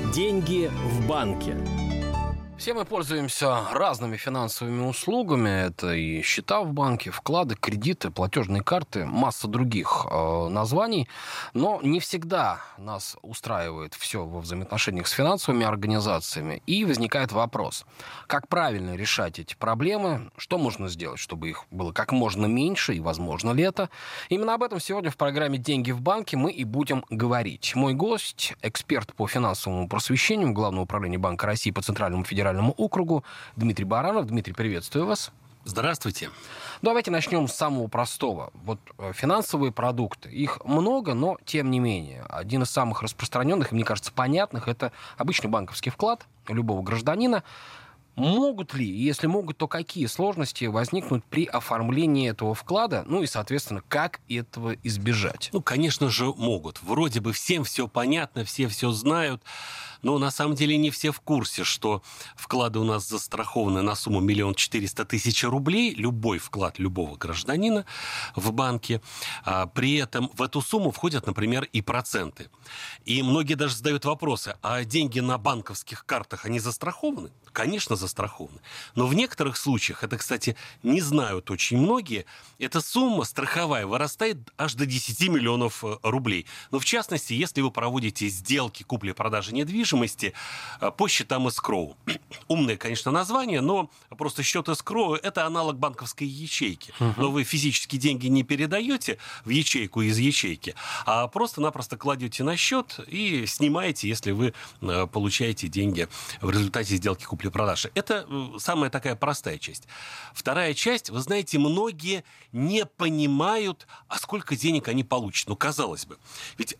Деньги в банке. Все мы пользуемся разными финансовыми услугами. Это и счета в банке, вклады, кредиты, платежные карты, масса других названий. Но не всегда нас устраивает все во взаимоотношениях с финансовыми организациями. И возникает вопрос, как правильно решать эти проблемы, что можно сделать, чтобы их было как можно меньше, и возможно ли это. Именно об этом сегодня в программе «Деньги в банке» мы и будем говорить. Мой гость, эксперт по финансовому просвещению Главного управления Банка России по Центральному федеральному округу Дмитрий Баранов. Дмитрий, приветствую вас. Здравствуйте. Давайте начнем с самого простого. Вот финансовые продукты. Их много, но тем не менее. Один из самых распространенных и, мне кажется, понятных, это обычный банковский вклад любого гражданина. Могут ли, если могут, то какие сложности возникнут при оформлении этого вклада? Ну и, соответственно, как этого избежать? Ну, конечно же, могут. Вроде бы всем все понятно, все знают. Но на самом деле не все в курсе, что вклады у нас застрахованы на сумму 1 400 000 рублей, любой вклад любого гражданина в банке. При этом в эту сумму входят, например, и проценты. И многие даже задают вопросы, а деньги на банковских картах, они застрахованы? Конечно, застрахованы. Но в некоторых случаях, это, кстати, не знают очень многие, эта сумма страховая вырастает аж до 10 миллионов рублей. Но в частности, если вы проводите сделки купли-продажи недвижимости по счетам эскроу. Умное, конечно, название, но просто счет эскроу – это аналог банковской ячейки. Но вы физически деньги не передаете в ячейку из ячейки, а просто-напросто кладете на счет и снимаете, если вы получаете деньги в результате сделки купли-продажи. Это самая такая простая часть. Вторая часть, вы знаете, многие не понимают, а сколько денег они получат. Ну, казалось бы. Ведь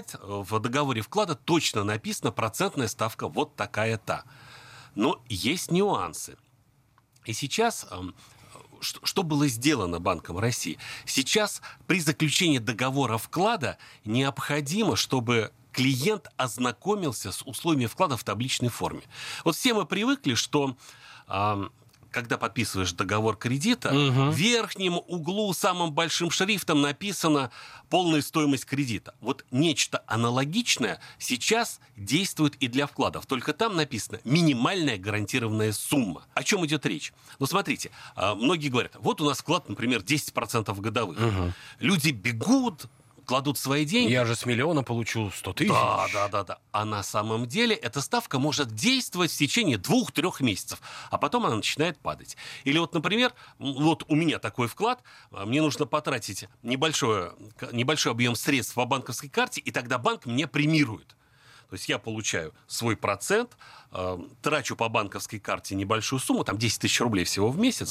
в договоре вклада точно написано процентная ставка вот такая-то. Но есть нюансы. И сейчас, что было сделано Банком России? Сейчас при заключении договора вклада необходимо, чтобы клиент ознакомился с условиями вклада в табличной форме. Вот все мы привыкли, что когда подписываешь договор кредита, в верхнем углу самым большим шрифтом написано полная стоимость кредита. Вот нечто аналогичное сейчас действует и для вкладов. Только там написано минимальная гарантированная сумма. О чем идет речь? Ну, смотрите, многие говорят, вот у нас вклад, например, 10% годовых. Люди бегут, кладут свои деньги. Я же с миллиона получу 100 000. Да. А на самом деле эта ставка может действовать в течение 2-3 месяцев, а потом она начинает падать. Или вот, например, вот у меня такой вклад, мне нужно потратить небольшой объем средств по банковской карте, и тогда банк меня премирует. То есть я получаю свой процент, трачу по банковской карте небольшую сумму, там 10 000 рублей всего в месяц,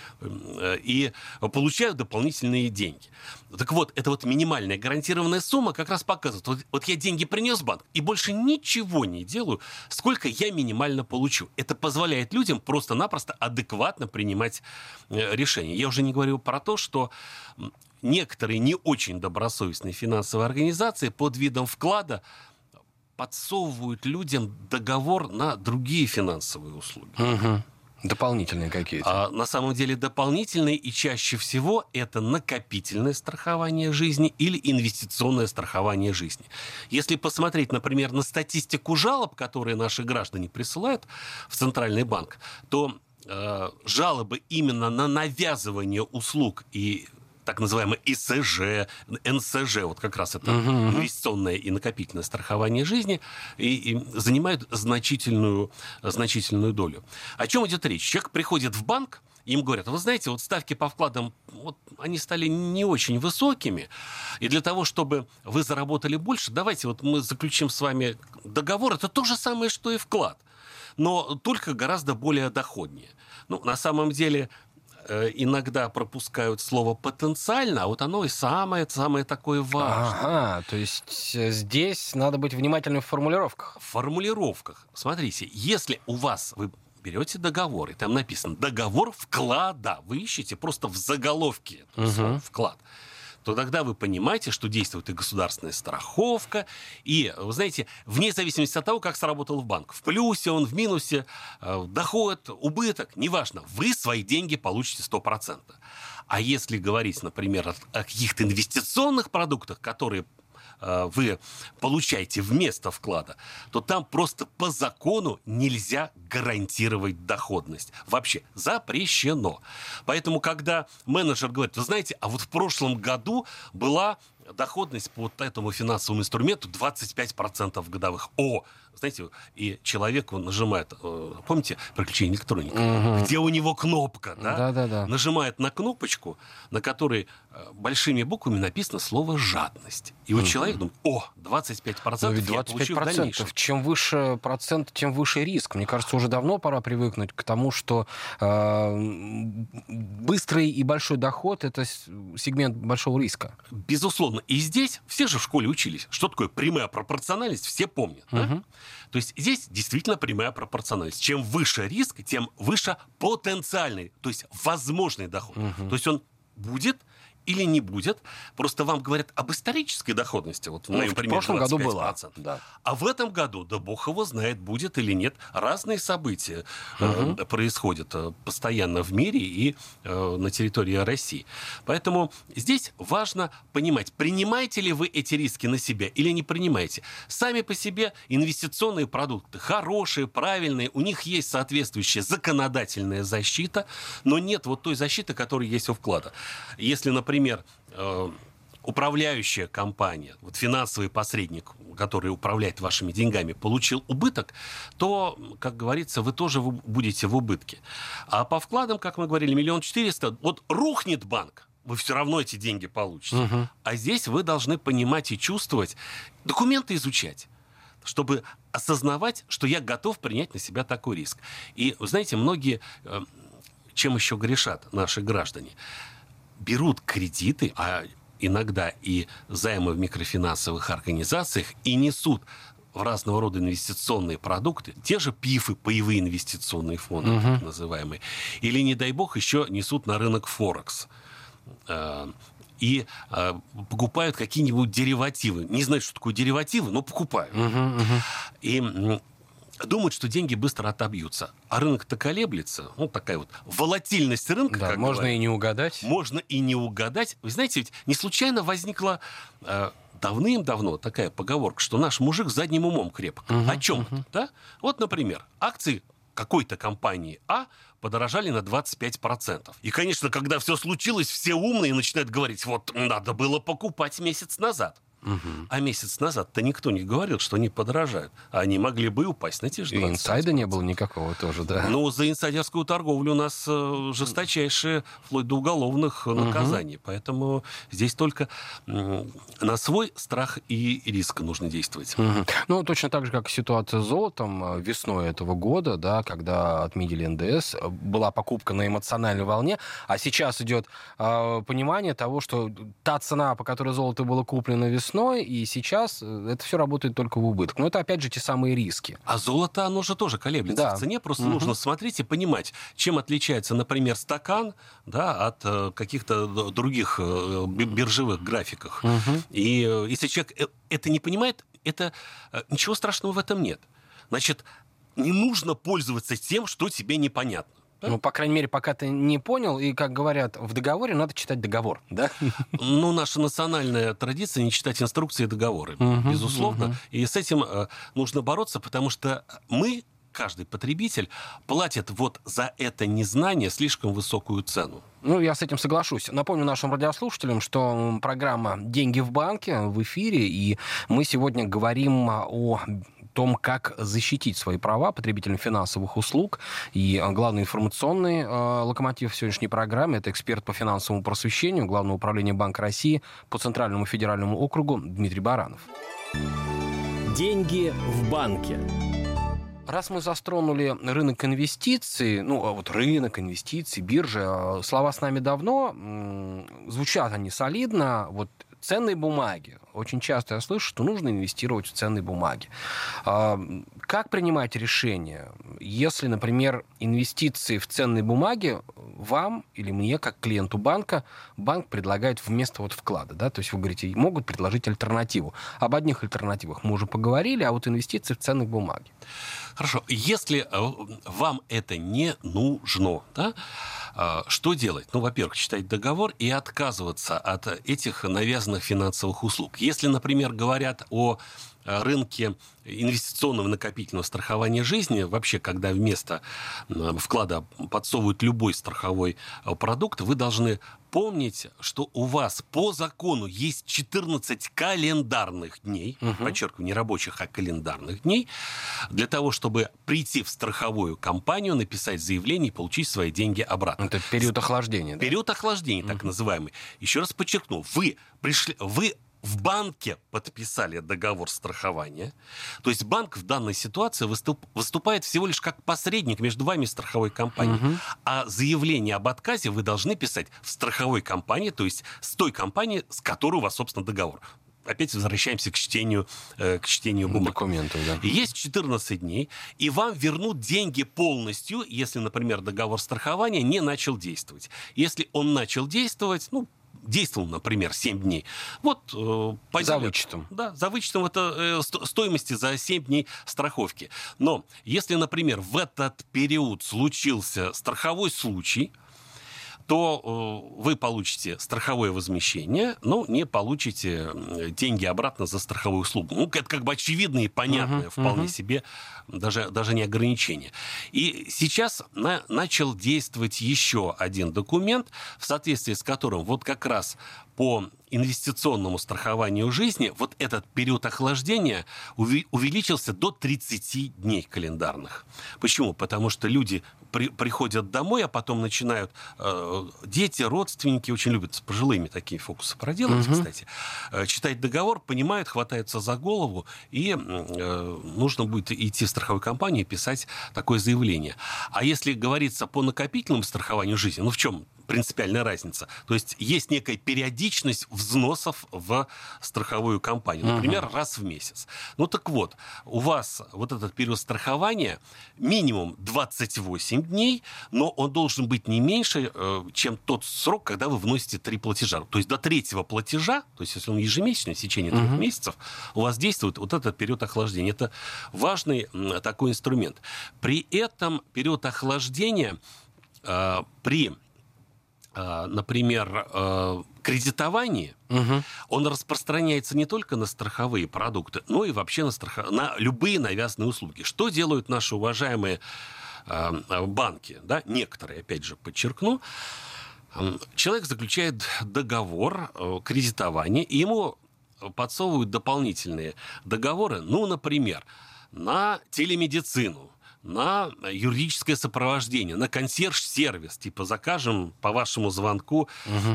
и получаю дополнительные деньги. Так вот, эта вот минимальная гарантированная сумма как раз показывает, вот я деньги принес в банк и больше ничего не делаю, сколько я минимально получу. Это позволяет людям просто-напросто адекватно принимать решения. Я уже не говорю про то, что некоторые не очень добросовестные финансовые организации под видом вклада подсовывают людям договор на другие финансовые услуги. Дополнительные какие-то. А на самом деле дополнительные, и чаще всего это накопительное страхование жизни или инвестиционное страхование жизни. Если посмотреть, например, на статистику жалоб, которые наши граждане присылают в Центральный банк, то жалобы именно на навязывание услуг и так называемое ИСЖ, НСЖ, вот как раз это инвестиционное и накопительное страхование жизни, и занимают значительную долю. О чем идет речь? Человек приходит в банк, им говорят, вы знаете, вот ставки по вкладам, вот они стали не очень высокими, и для того, чтобы вы заработали больше, давайте вот мы заключим с вами договор, это то же самое, что и вклад, но только гораздо более доходнее. Ну, на самом деле, иногда пропускают слово «потенциально», а вот оно и самое такое важное. То есть здесь надо быть внимательным в формулировках. В формулировках. Смотрите, если вы берете договор, и там написано «договор вклада», вы ищете просто в заголовке «вклад», то тогда вы понимаете, что действует и государственная страховка, и, вы знаете, вне зависимости от того, как сработал в банк, в плюсе он, в минусе, доход, убыток, неважно, вы свои деньги получите 100%. А если говорить, например, о каких-то инвестиционных продуктах, которые вы получаете вместо вклада, то там просто по закону нельзя гарантировать доходность. Вообще запрещено. Поэтому, когда менеджер говорит, вы знаете, а вот в прошлом году была доходность по вот этому финансовому инструменту 25% годовых. Знаете, и человек он нажимает, помните, приключения электроника, где у него кнопка, да? Да. Нажимает на кнопочку, на которой большими буквами написано слово «жадность». И вот человек думает, 25% Но ведь я получу в дальнейшем. Чем выше процент, тем выше риск. Мне кажется, уже давно пора привыкнуть к тому, что быстрый и большой доход — это сегмент большого риска. Безусловно. И здесь все же в школе учились. Что такое прямая пропорциональность, все помнят. Да? То есть здесь действительно прямая пропорциональность. Чем выше риск, тем выше потенциальный, то есть возможный доход. То есть он будет или не будет. Просто вам говорят об исторической доходности. Вот в моем примере 25%. В прошлом году была. Да. А в этом году, да бог его знает, будет или нет. Разные события происходят постоянно в мире и на территории России. Поэтому здесь важно понимать, принимаете ли вы эти риски на себя или не принимаете. Сами по себе инвестиционные продукты хорошие, правильные, у них есть соответствующая законодательная защита, но нет вот той защиты, которая есть у вклада. Если, например, управляющая компания, вот финансовый посредник, который управляет вашими деньгами, получил убыток, то, как говорится, вы тоже будете в убытке. А по вкладам, как мы говорили, 1 400 000, вот рухнет банк, вы все равно эти деньги получите. А здесь вы должны понимать и чувствовать, документы изучать, чтобы осознавать, что я готов принять на себя такой риск. И, вы знаете, многие, чем еще грешат наши граждане, берут кредиты, а иногда и займы в микрофинансовых организациях, и несут в разного рода инвестиционные продукты, те же ПИФы, паевые инвестиционные фонды, так называемые, или, не дай бог, еще несут на рынок Форекс. И покупают какие-нибудь деривативы. Не знаю, что такое деривативы, но покупают. И думают, что деньги быстро отобьются. А рынок-то колеблется. Вот такая вот волатильность рынка. Да, как можно говорят. И не угадать. Можно и не угадать. Вы знаете, ведь не случайно возникла давным-давно такая поговорка, что наш мужик задним умом крепок. О чем это? Да? Вот, например, акции какой-то компании А подорожали на 25%. И, конечно, когда все случилось, все умные начинают говорить, вот надо было покупать месяц назад. А месяц назад-то никто не говорил, что они подорожают. А они могли бы упасть на те же 20%. И инсайда не было никакого тоже, да. Ну, за инсайдерскую торговлю у нас жесточайшие, вплоть до уголовных наказаний. Поэтому здесь только на свой страх и риск нужно действовать. Ну, точно так же, как ситуация с золотом весной этого года, да, когда отменили НДС, была покупка на эмоциональной волне, а сейчас идет понимание того, что та цена, по которой золото было куплено весной, и сейчас это все работает только в убыток. Но это, опять же, те самые риски. А золото, оно же тоже колеблется в цене. Просто нужно смотреть и понимать, чем отличается, например, стакан, да, от каких-то других биржевых графиков. И если человек это не понимает, ничего страшного в этом нет. Значит, не нужно пользоваться тем, что тебе непонятно. Да? Ну, по крайней мере, пока ты не понял, и, как говорят, в договоре надо читать договор, да? Ну, наша национальная традиция не читать инструкции и договоры, безусловно. И с этим нужно бороться, потому что мы, каждый потребитель, платит вот за это незнание слишком высокую цену. Ну, я с этим соглашусь. Напомню нашим радиослушателям, что программа «Деньги в банке» в эфире, и мы сегодня говорим о том, как защитить свои права потребителям финансовых услуг. И главный информационный локомотив сегодняшней программы — это эксперт по финансовому просвещению Главного управления Банка России по Центральному федеральному округу Дмитрий Баранов. Деньги в банке. Раз мы затронули рынок инвестиций, рынок инвестиций, биржа, слова с нами давно, звучат они солидно, ценные бумаги. Очень часто я слышу, что нужно инвестировать в ценные бумаги. Как принимать решение, если, например, инвестиции в ценные бумаги вам или мне, как клиенту банка, банк предлагает вместо вклада? Да? То есть вы говорите, могут предложить альтернативу. Об одних альтернативах мы уже поговорили, а инвестиции в ценные бумаги. Хорошо. Если вам это не нужно, да, Что делать? Ну, во-первых, читать договор и отказываться от этих навязанных финансовых услуг. Если, например, говорят о рынке инвестиционного накопительного страхования жизни, вообще, когда вместо вклада подсовывают любой страховой продукт, вы должны помнить, что у вас по закону есть 14 календарных дней, подчеркиваю, не рабочих, а календарных дней, для того, чтобы прийти в страховую компанию, написать заявление и получить свои деньги обратно. Это период охлаждения, да? Период охлаждения, так называемый. Еще раз подчеркну, вы в банке подписали договор страхования. То есть банк в данной ситуации выступает всего лишь как посредник между вами и страховой компанией. А заявление об отказе вы должны писать в страховой компании, то есть с той компанией, с которой у вас, собственно, договор. Опять возвращаемся к чтению бумаг. Документов, да. Есть 14 дней, и вам вернут деньги полностью, если, например, договор страхования не начал действовать. Если он начал действовать, действовал, например, 7 дней. За вычетом. Да, за вычетом это стоимости за 7 дней страховки. Но если, например, в этот период случился страховой случай, то вы получите страховое возмещение, но не получите деньги обратно за страховую услугу. Это как бы очевидное и понятное вполне себе, даже не ограничение. И сейчас начал действовать еще один документ, в соответствии с которым как раз по инвестиционному страхованию жизни этот период охлаждения увеличился до 30 дней календарных. Почему? Потому что люди приходят домой, а потом начинают... дети, родственники очень любят с пожилыми такие фокусы проделывать, кстати. Читать договор, понимают, хватаются за голову, и нужно будет идти в страховую компанию и писать такое заявление. А если говорится по накопительному страхованию жизни, в чем принципиальная разница? То есть есть некая периодичность взносов в страховую компанию. Например, раз в месяц. Так вот, у вас этот период страхования минимум 28 дней, но он должен быть не меньше, чем тот срок, когда вы вносите 3 платежа. То есть до 3-го платежа, то есть если он ежемесячный, в течение 3 месяцев, у вас действует этот период охлаждения. Это важный такой инструмент. При этом период охлаждения при, например, кредитовании, он распространяется не только на страховые продукты, но и вообще на любые навязанные услуги. Что делают наши уважаемые банки? Да? Некоторые, опять же, подчеркну. Человек заключает договор кредитования, и ему подсовывают дополнительные договоры, например, на телемедицину, на юридическое сопровождение, на консьерж-сервис, типа закажем по вашему звонку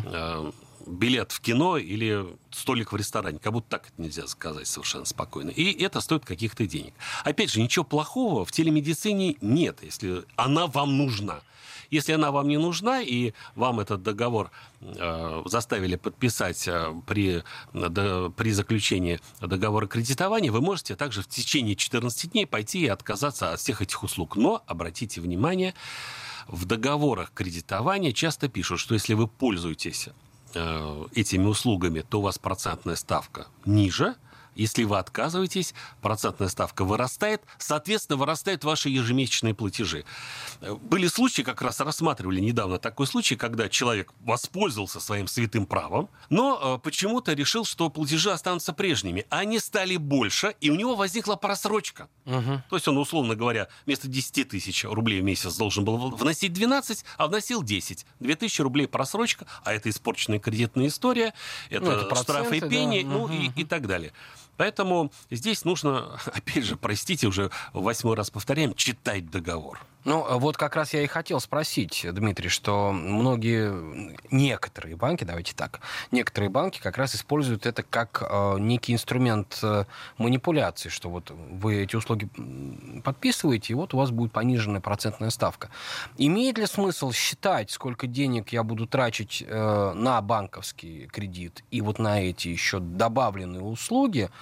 билет в кино или столик в ресторане. Как будто так это нельзя заказать совершенно спокойно. И это стоит каких-то денег. Опять же, ничего плохого в телемедицине нет, если она вам нужна. Если она вам не нужна, и вам этот договор заставили подписать при заключении договора кредитования, вы можете также в течение 14 дней пойти и отказаться от всех этих услуг. Но, обратите внимание, в договорах кредитования часто пишут, что если вы пользуетесь этими услугами, то у вас процентная ставка ниже. Если вы отказываетесь, процентная ставка вырастает, соответственно, вырастают ваши ежемесячные платежи. Были случаи, как раз рассматривали недавно такой случай, когда человек воспользовался своим святым правом, но почему-то решил, что платежи останутся прежними. Они стали больше, и у него возникла просрочка. То есть он, условно говоря, вместо 10 тысяч рублей в месяц должен был вносить 12, а вносил 10. 2000 рублей просрочка, а это испорченная кредитная история, это штрафы и пени, и так далее. Поэтому здесь нужно, опять же, простите, уже 8-й раз повторяем, читать договор. Как раз я и хотел спросить, Дмитрий, что некоторые банки, давайте так, некоторые банки как раз используют это как некий инструмент манипуляции, что вы эти услуги подписываете, и у вас будет пониженная процентная ставка. Имеет ли смысл считать, сколько денег я буду тратить на банковский кредит и на эти еще добавленные услуги,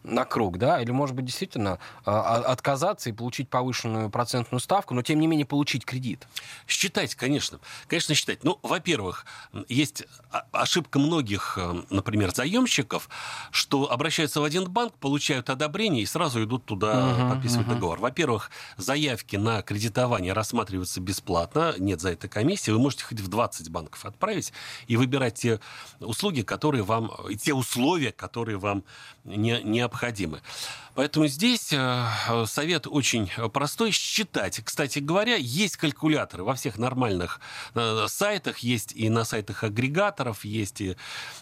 на круг, да? Или, может быть, действительно отказаться и получить повышенную процентную ставку, но, тем не менее, получить кредит? Считать, конечно. Конечно, считать. Ну, во-первых, есть ошибка многих, например, заемщиков, что обращаются в один банк, получают одобрение и сразу идут туда подписывать договор. Во-первых, заявки на кредитование рассматриваются бесплатно, нет за это комиссии. Вы можете хоть в 20 банков отправить и выбирать те услуги, которые вам, те условия, которые вам необходимы. Поэтому здесь совет очень простой. Считать. Кстати говоря, есть калькуляторы во всех нормальных сайтах, есть и на сайтах агрегаторов, есть и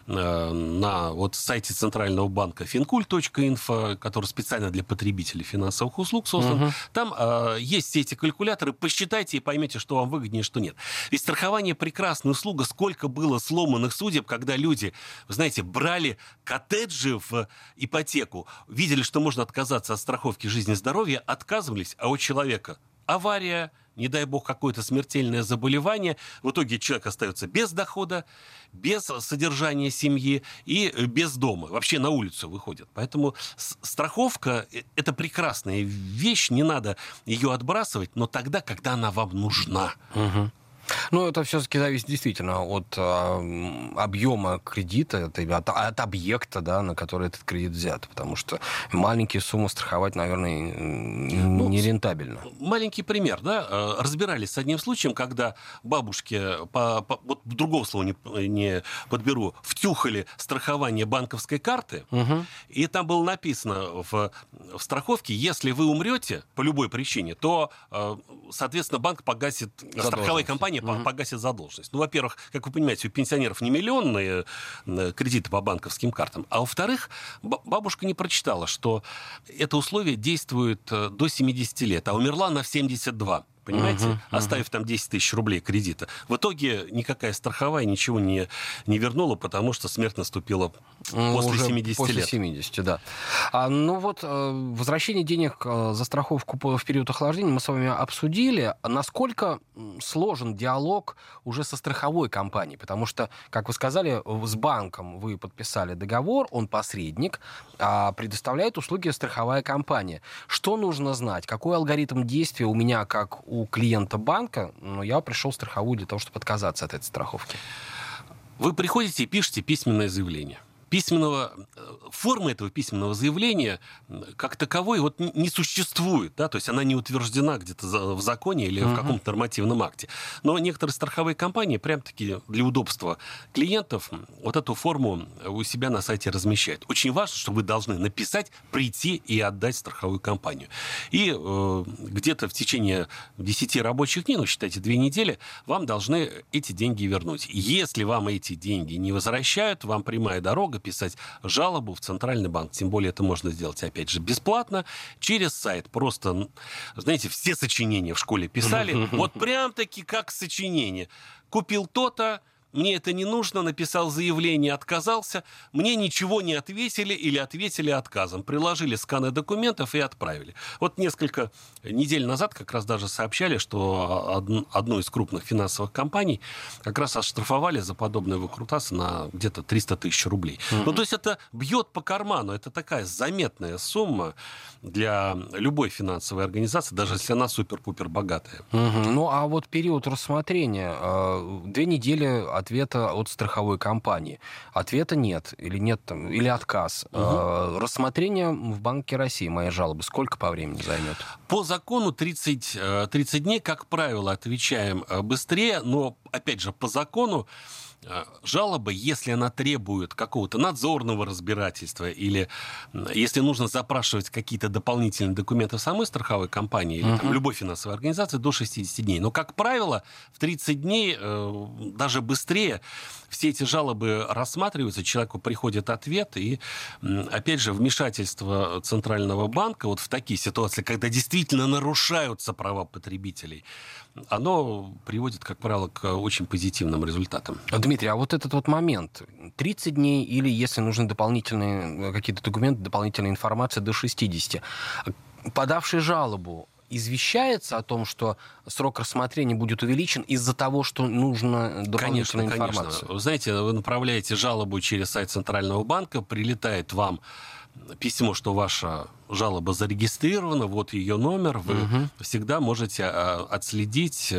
на сайте Центрального банка fincult.info, который специально для потребителей финансовых услуг создан. Там есть все эти калькуляторы. Посчитайте и поймете, что вам выгоднее, что нет. Ведь страхование — прекрасная услуга. Сколько было сломанных судеб, когда люди, вы знаете, брали коттеджи в ипотеку, видели, что можно отказаться от страховки жизни и здоровья, отказывались, а у человека авария, не дай бог, какое-то смертельное заболевание. В итоге человек остается без дохода, без содержания семьи и без дома. Вообще на улицу выходит. Поэтому страховка — это прекрасная вещь, не надо ее отбрасывать, но тогда, когда она вам нужна. Ну, это все-таки зависит действительно от объема кредита, от объекта, да, на который этот кредит взят. Потому что маленькие суммы страховать, наверное, нерентабельно. Маленький пример, да. Разбирались с одним случаем, когда бабушки, вот другого слова не подберу, втюхали страхование банковской карты, и там было написано в страховке: если вы умрете по любой причине, то, соответственно, банк погасит, страховая компания погасит задолженность. Ну, во-первых, как вы понимаете, у пенсионеров не миллионные кредиты по банковским картам, а во-вторых, бабушка не прочитала, что это условие действует до 70 лет, а умерла она в 72. Понимаете? Оставив там 10 тысяч рублей кредита. В итоге никакая страховая ничего не вернула, потому что смерть наступила после 70 лет. После 70, да. Возвращение денег за страховку в период охлаждения мы с вами обсудили. Насколько сложен диалог уже со страховой компанией? Потому что, как вы сказали, с банком вы подписали договор, он посредник, а предоставляет услуги страховая компания. Что нужно знать? Какой алгоритм действия у меня, как у клиента банка, но я пришел в страховую для того, чтобы отказаться от этой страховки? Вы приходите и пишете письменное заявление. Формы этого письменного заявления как таковой не существует, да, то есть она не утверждена где-то в законе или в каком-то нормативном акте. Но некоторые страховые компании прям-таки для удобства клиентов эту форму у себя на сайте размещают. Очень важно, что вы должны написать, прийти и отдать страховую компанию. И где-то в течение 10 рабочих дней, считайте 2 недели, вам должны эти деньги вернуть. Если вам эти деньги не возвращают, вам прямая дорога писать жалобу в Центральный банк. Тем более это можно сделать, опять же, бесплатно, через сайт. Просто, знаете, все сочинения в школе писали. Вот прям-таки как сочинение. Купил то-то, мне это не нужно, написал заявление, отказался, мне ничего не ответили или ответили отказом. Приложили сканы документов и отправили. Несколько недель назад как раз даже сообщали, что одну из крупных финансовых компаний как раз оштрафовали за подобные выкрутасы на где-то 300 тысяч рублей. То есть это бьет по карману. Это такая заметная сумма для любой финансовой организации, даже если она супер-пупер богатая. Ну, а период рассмотрения, 2 недели ответа от страховой компании. Ответа нет, или отказ. Рассмотрение в Банке России моей жалобы сколько по времени займет? По закону 30 дней, как правило, отвечаем быстрее, но, опять же, по закону жалоба, если она требует какого-то надзорного разбирательства или если нужно запрашивать какие-то дополнительные документы в самой страховой компании или любой финансовой организации, до 60 дней. Но, как правило, в 30 дней, даже быстрее, все эти жалобы рассматриваются, человеку приходит ответ, и, опять же, вмешательство Центрального банка в такие ситуации, когда действительно нарушаются права потребителей, оно приводит, как правило, к очень позитивным результатам. Дмитрий, а этот момент, 30 дней или, если нужны дополнительные какие-то документы, дополнительная информация, до 60, подавший жалобу извещается о том, что срок рассмотрения будет увеличен из-за того, что нужна дополнительная информация? Конечно. Вы знаете, вы направляете жалобу через сайт Центрального банка, прилетает вам письмо, что ваша жалоба зарегистрирована, вот ее номер, вы всегда можете отследить,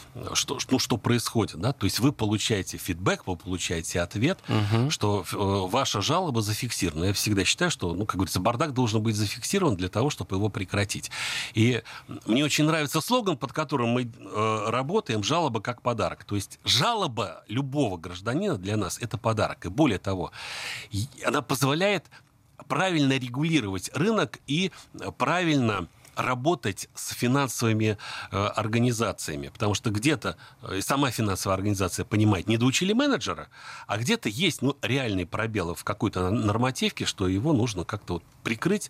что происходит. Да? То есть вы получаете фидбэк, вы получаете ответ, что ваша жалоба зафиксирована. Я всегда считаю, что, как говорится, бардак должен быть зафиксирован для того, чтобы его прекратить. И мне очень нравится слоган, под которым мы работаем: «Жалоба как подарок». То есть жалоба любого гражданина для нас — это подарок. И более того, она позволяет правильно регулировать рынок и правильно работать с финансовыми организациями. Потому что где-то сама финансовая организация понимает, не доучили менеджера, а где-то есть реальные пробелы в какой-то нормативке, что его нужно как-то прикрыть,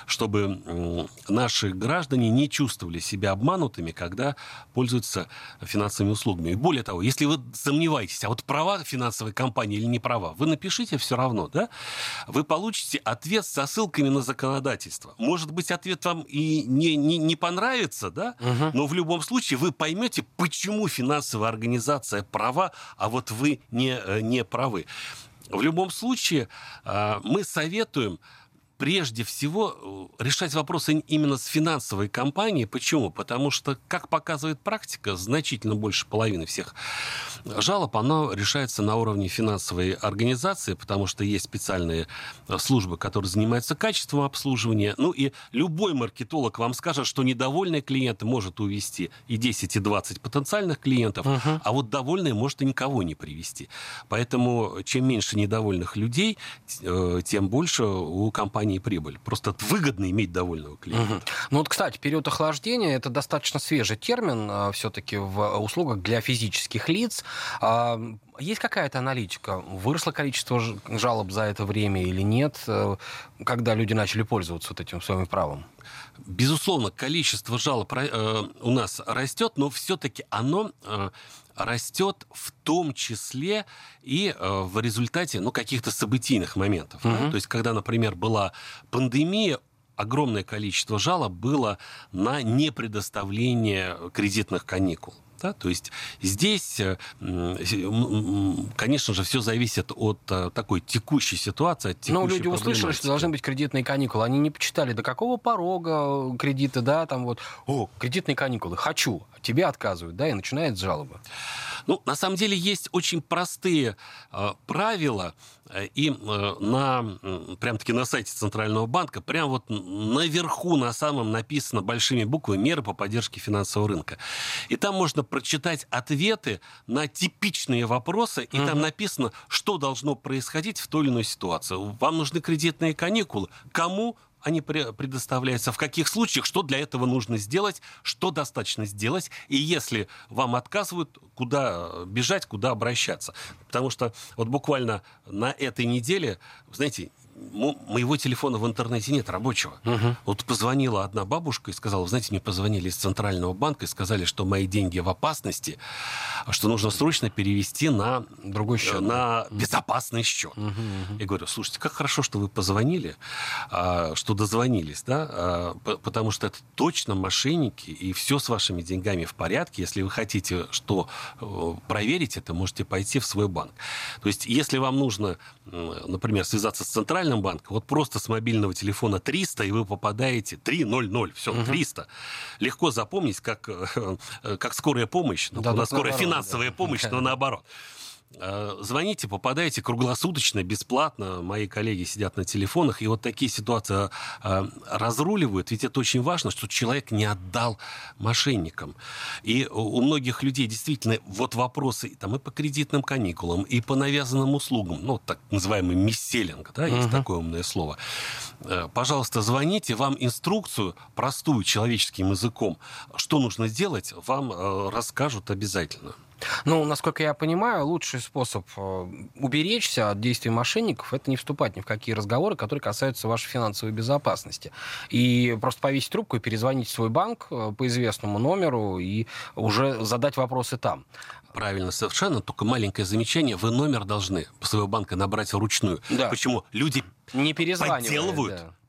чтобы наши граждане не чувствовали себя обманутыми, когда пользуются финансовыми услугами. И более того, если вы сомневаетесь, а вот права финансовой компании или не права, вы напишите все равно, да? Вы получите ответ со ссылками на законодательство. Может быть, ответ вам и не понравится, да? Но в любом случае вы поймете, почему финансовая организация права, а вот вы не правы. В любом случае мы советуем прежде всего решать вопросы именно с финансовой компанией. Почему? Потому что, как показывает практика, значительно больше половины всех жалоб, оно решается на уровне финансовой организации, потому что есть специальные службы, которые занимаются качеством обслуживания. И любой маркетолог вам скажет, что недовольный клиент может увести и 10, и 20 потенциальных клиентов, а вот довольный может и никого не привести. Поэтому чем меньше недовольных людей, тем больше у компании прибыль. Просто выгодно иметь довольного клиента. Кстати, период охлаждения — это достаточно свежий термин все-таки в услугах для физических лиц. Есть какая-то аналитика? Выросло количество жалоб за это время или нет, когда люди начали пользоваться вот этим своим правом? Безусловно, количество жалоб у нас растет, но все-таки оно растет в том числе и в результате каких-то событийных моментов. Да? То есть, когда, например, была пандемия, огромное количество жалоб было на непредоставление кредитных каникул. Да? То есть здесь, конечно же, все зависит от такой текущей ситуации, от текущей люди услышали, что должны быть кредитные каникулы. Они не почитали, до какого порога кредиты, да, кредитные каникулы, хочу, тебе отказывают, да, и начинается жалоба. На самом деле есть очень простые правила, и прям-таки на сайте Центрального банка, прям вот наверху, на самом написано большими буквами «Меры по поддержке финансового рынка». И там можно прочитать ответы на типичные вопросы, и там написано, что должно происходить в той или иной ситуации. Вам нужны кредитные каникулы? Кому они предоставляются, в каких случаях, что для этого нужно сделать, что достаточно сделать, и если вам отказывают, куда бежать, куда обращаться. Потому что вот буквально на этой неделе, знаете, моего телефона в интернете нет рабочего. Вот позвонила одна бабушка и сказала: вы знаете, мне позвонили из Центрального банка и сказали, что мои деньги в опасности, что нужно срочно перевести на другой счет, на безопасный счет. Я говорю: слушайте, как хорошо, что вы позвонили, что дозвонились, да, потому что это точно мошенники, и все с вашими деньгами в порядке. Если вы хотите проверить это, можете пойти в свой банк. То есть, если вам нужно, например, связаться с Центральным банком, вот просто с мобильного телефона 300, и вы попадаете 300, все, 300. Легко запомнить, как скорая помощь. У нас скорая финансовая помощь, но наоборот. Звоните, попадаете круглосуточно, бесплатно. Мои коллеги сидят на телефонах, и вот такие ситуации разруливают. Ведь это очень важно, что человек не отдал мошенникам. И у многих людей действительно вот вопросы и по кредитным каникулам, и по навязанным услугам, так называемый мисселлинг, да, есть такое умное слово. Пожалуйста, звоните, вам инструкцию, простую человеческим языком, что нужно сделать, вам расскажут обязательно. Насколько я понимаю, лучший способ уберечься от действий мошенников — это не вступать ни в какие разговоры, которые касаются вашей финансовой безопасности. И просто повесить трубку и перезвонить в свой банк по известному номеру и уже задать вопросы там. Правильно, совершенно. Только маленькое замечание. Вы номер должны своего банка набрать вручную. Да. Почему? Люди не подделывают. Да.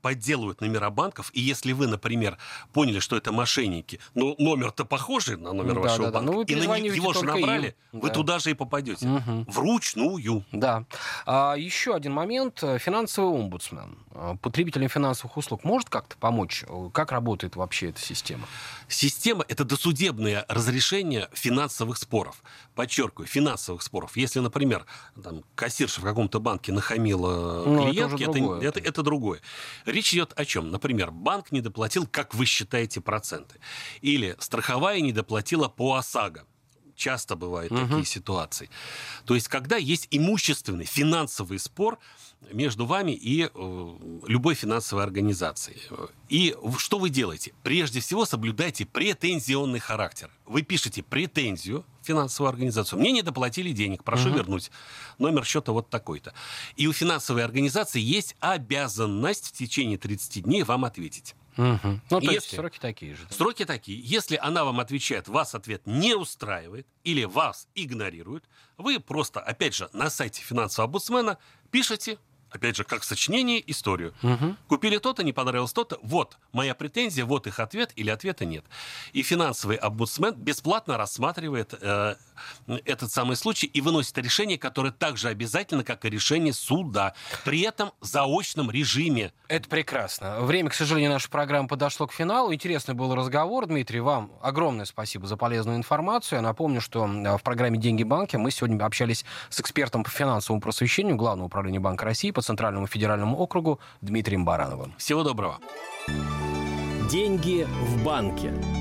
подделывают номера банков, и если вы, например, поняли, что это мошенники, но номер-то похожий на номер вашего банка, ну, и на его же набрали, им. вы туда же и попадете. Вручную. Да. Еще один момент. Финансовый омбудсмен. Потребителям финансовых услуг может как-то помочь? Как работает вообще эта система? Система — это досудебное разрешение финансовых споров. Подчеркиваю, финансовых споров. Если, например, там, кассирша в каком-то банке нахамила клиентке, это другое. Речь идет о чем? Например, банк не доплатил, как вы считаете, проценты. Или страховая не доплатила по ОСАГО. Часто бывают такие ситуации. То есть, когда есть имущественный финансовый спор между вами и любой финансовой организацией. И что вы делаете? Прежде всего, соблюдайте претензионный характер. Вы пишете претензию в финансовую организацию. Мне не доплатили денег, прошу вернуть. Номер счета вот такой-то. И у финансовой организации есть обязанность в течение 30 дней вам ответить. Ну, то есть сроки такие же. Сроки такие. Если она вам отвечает, вас ответ не устраивает или вас игнорирует, вы просто, опять же, на сайте финансового омбудсмена пишете, опять же, как сочинение, историю. Купили то-то, не понравилось то-то. Вот моя претензия, вот их ответ или ответа нет. И финансовый омбудсмен бесплатно рассматривает этот самый случай и выносит решение, которое так же обязательно, как и решение суда. При этом в заочном режиме. Это прекрасно. Время, к сожалению, нашей программы подошло к финалу. Интересный был разговор. Дмитрий, вам огромное спасибо за полезную информацию. Я напомню, что в программе «Деньги банки» мы сегодня общались с экспертом по финансовому просвещению Главного управления Банка России по Центральному федеральному округу Дмитрием Барановым. Всего доброго. Деньги в банке.